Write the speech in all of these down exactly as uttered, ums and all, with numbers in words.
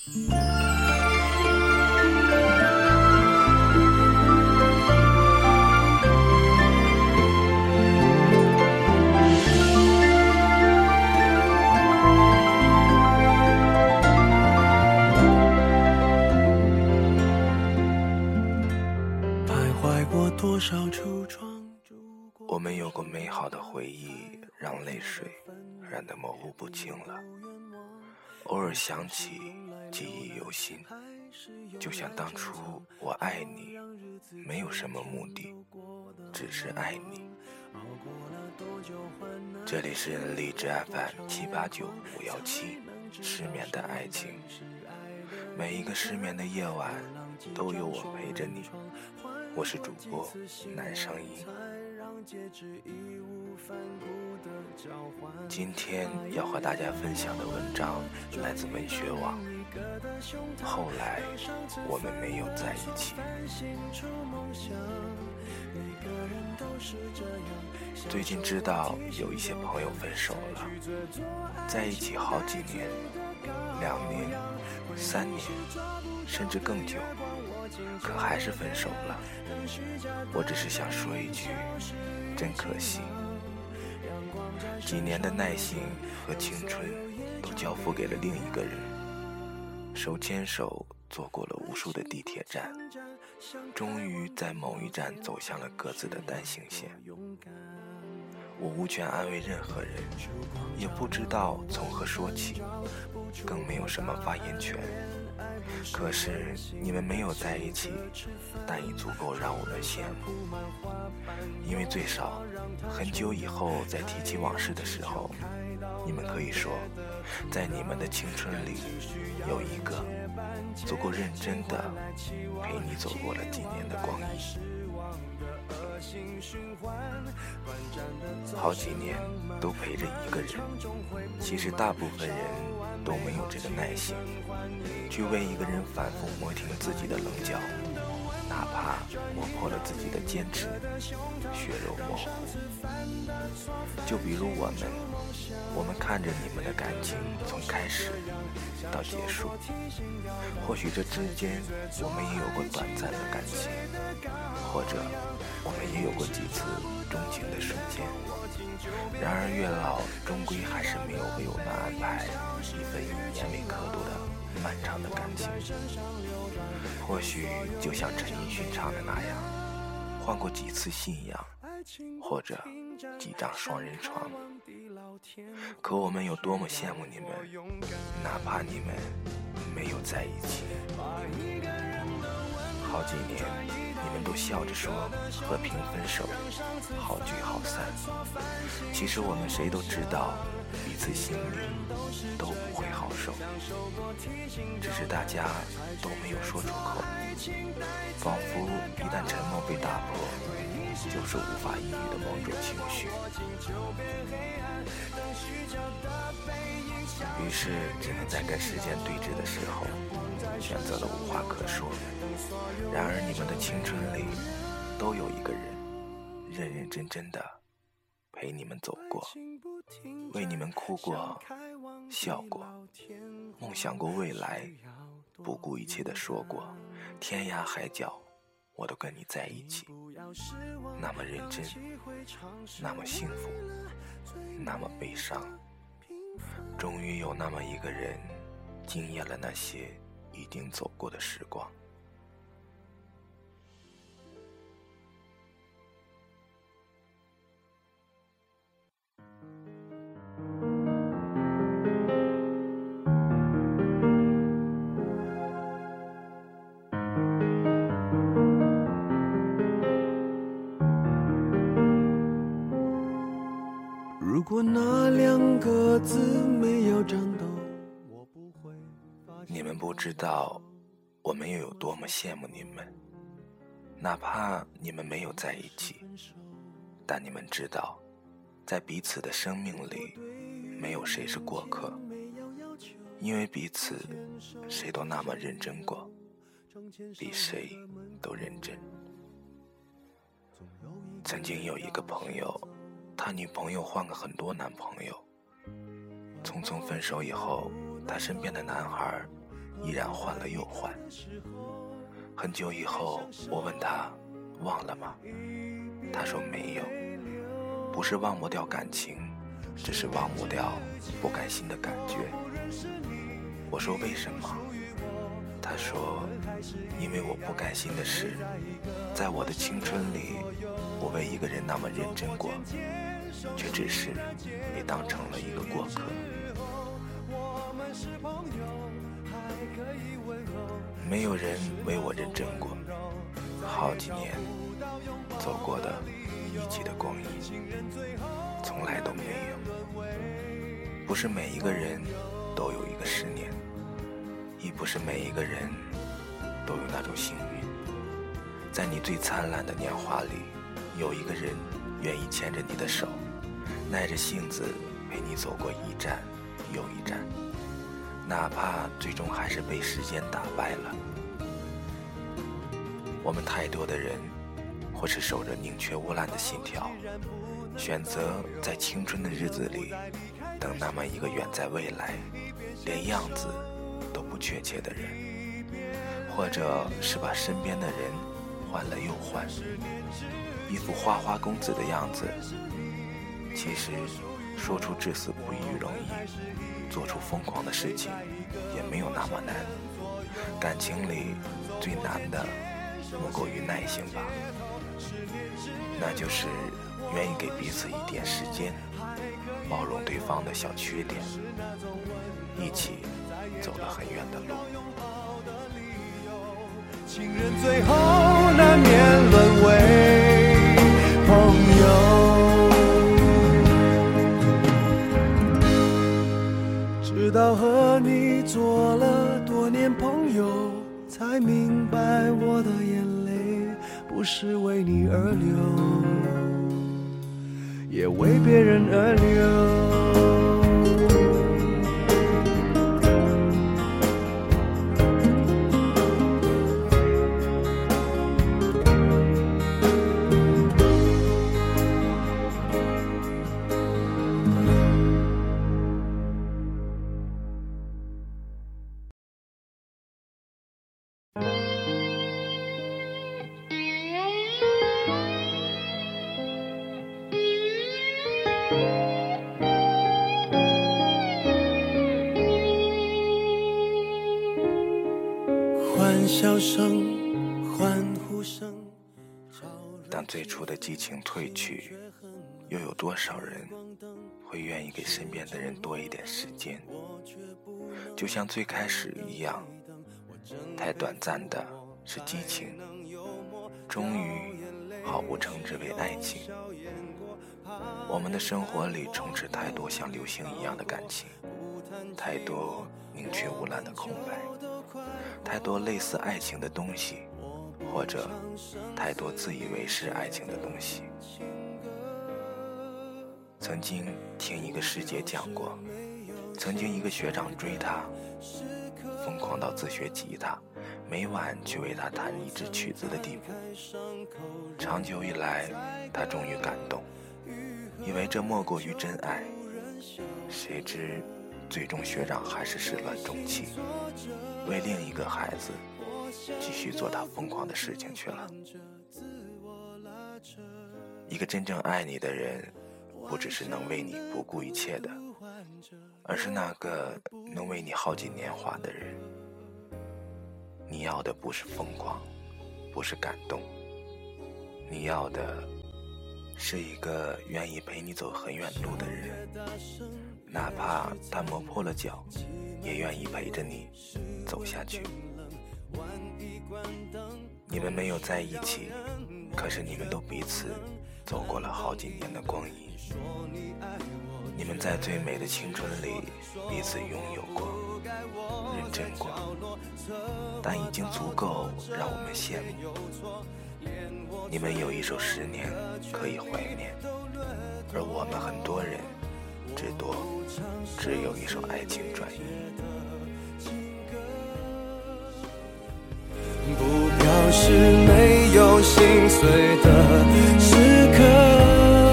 我们有过美好的回忆，让泪水染得模糊不清了。偶尔想起，记忆犹新，就像当初我爱你，没有什么目的，只是爱你。这里是荔枝 F M 七八九五幺七，失眠的爱情。每一个失眠的夜晚，都有我陪着你。我是主播南声音。今天要和大家分享的文章来自文学网。后来我们没有在一起。最近知道有一些朋友分手了，在一起好几年，两年、三年，甚至更久，可还是分手了。我只是想说一句，真可惜。几年的耐心和青春都交付给了另一个人，手牵手坐过了无数的地铁站，终于在某一站走向了各自的单行线。我无权安慰任何人，也不知道从何说起，更没有什么发言权。可是你们没有在一起，但已足够让我们羡慕。因为最少很久以后再提起往事的时候，你们可以说，在你们的青春里有一个足够认真的陪你走过了几年的光阴。好几年都陪着一个人，其实大部分人都没有这个耐心，去为一个人反复磨平自己的棱角，哪怕磨破了自己的坚持，血肉模糊。就比如我们，我们看着你们的感情从开始到结束，或许这之间我们也有过短暂的感情，或者我们也有过几次钟情的瞬间。然而月老终归还是没有为我们安排一份以年为刻度的漫长的感情。或许就像陈奕迅唱的那样，换过几次信仰，或者几张双人床。可我们有多么羡慕你们，哪怕你们没有在一起。好几年你们都笑着说和平分手，好聚好散。其实我们谁都知道，彼此心里都不会好受，只是大家都没有说出口，仿佛一旦沉默被打破，就是无法抑郁的某种情绪。于是只能在跟时间对峙的时候，选择了无话可说。然而你们的青春里都有一个人，认认真真的陪你们走过，为你们哭过，笑过，梦想过未来，不顾一切的说过，天涯海角我都跟你在一起。那么认真，那么幸福，那么悲伤。终于有那么一个人，惊艳了那些已经走过的时光。 如果那两个字没有颤抖，我不会发现。 你们不知道我们又有多么羡慕你们，哪怕你们没有在一起，但你们知道，在彼此的生命里没有谁是过客，因为彼此谁都那么认真过，比谁都认真。曾经有一个朋友，他女朋友换了很多男朋友，匆匆分手以后，他身边的男孩依然换了又换。很久以后，我问他忘了吗？他说没有，不是忘不掉感情，只是忘不掉不甘心的感觉。我说为什么？他说因为我不甘心的是，在我的青春里，我为一个人那么认真过，却只是被当成了一个过客。没有人为我认真过，好几年走过的一起的光阴，从来都没有。不是每一个人都有一个十年，亦不是每一个人都有那种幸运，在你最灿烂的年华里，有一个人愿意牵着你的手，耐着性子陪你走过一站又一站，哪怕最终还是被时间打败了。我们太多的人，或是守着宁缺毋滥的信条，选择在青春的日子里等那么一个远在未来连样子都不确切的人，或者是把身边的人换了又换，一副花花公子的样子。其实说出至死不渝容易，做出疯狂的事情也没有那么难。感情里最难的莫过于耐心吧，那就是愿意给彼此一点时间，包容对方的小缺点，一起走了很远的路。 情人最后难免沦为朋友，直到和你做了多年朋友，才明白我的眼泪不是为你而流，也为别人而流。欢笑声，欢呼声。 当最初的激情褪去，又有多少人会愿意给身边的人多一点时间？就像最开始一样，太短暂的是激情，终于好不称之为爱情。我们的生活里充斥太多像流星一样的感情，太多宁缺毋滥的空白，太多类似爱情的东西，或者太多自以为是爱情的东西。曾经听一个师姐讲过，曾经一个学长追她，疯狂到自学吉他，每晚去为她弹一支曲子的地步。长久以来，她终于感动，以为这莫过于真爱，谁知最终学长还是始乱终弃，为另一个孩子继续做他疯狂的事情去了。一个真正爱你的人，不只是能为你不顾一切的，而是那个能为你耗尽年华的人。你要的不是疯狂，不是感动，你要的是一个愿意陪你走很远路的人，哪怕他磨破了脚，也愿意陪着你走下去。你们没有在一起，可是你们都彼此走过了好几年的光阴。你们在最美的青春里彼此拥有过，认真过，但已经足够让我们羡慕。你们有一首十年可以怀念，而我们很多人至多只有一首爱情转移。 不表示没有心碎的时刻，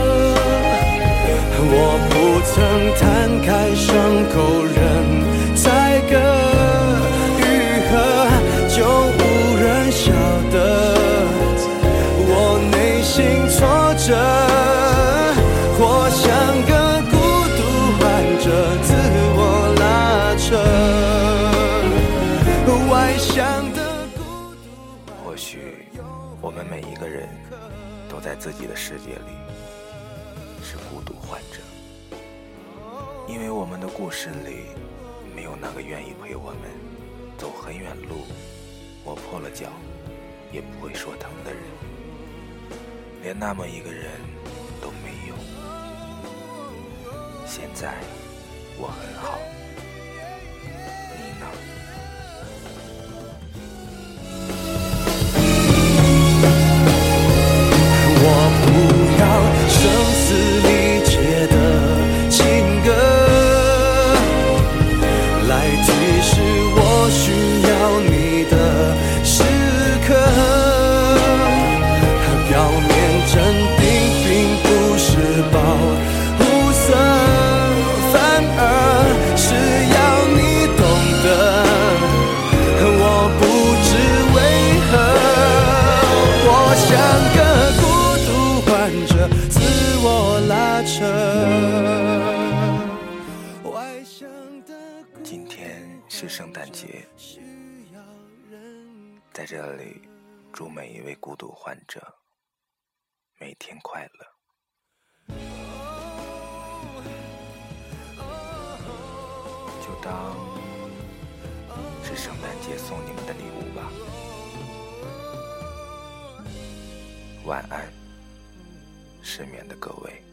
我不曾摊开伤口任宰割，与的人都在自己的世界里，是孤独患者。因为我们的故事里没有那个愿意陪我们走很远路，磨破了脚也不会说疼的人，连那么一个人都没有。现在我很好，你呢？ 我不要声嘶力竭的情歌来提示我需要你的时刻，表面镇定并不是保护色，反而是要你懂得我不知为何，我像个孤独患者自我拉扯。 今天是圣诞节，在这里祝每一位孤独患者每天快乐。就当是圣诞节送你们的礼物吧。晚安，失眠的各位。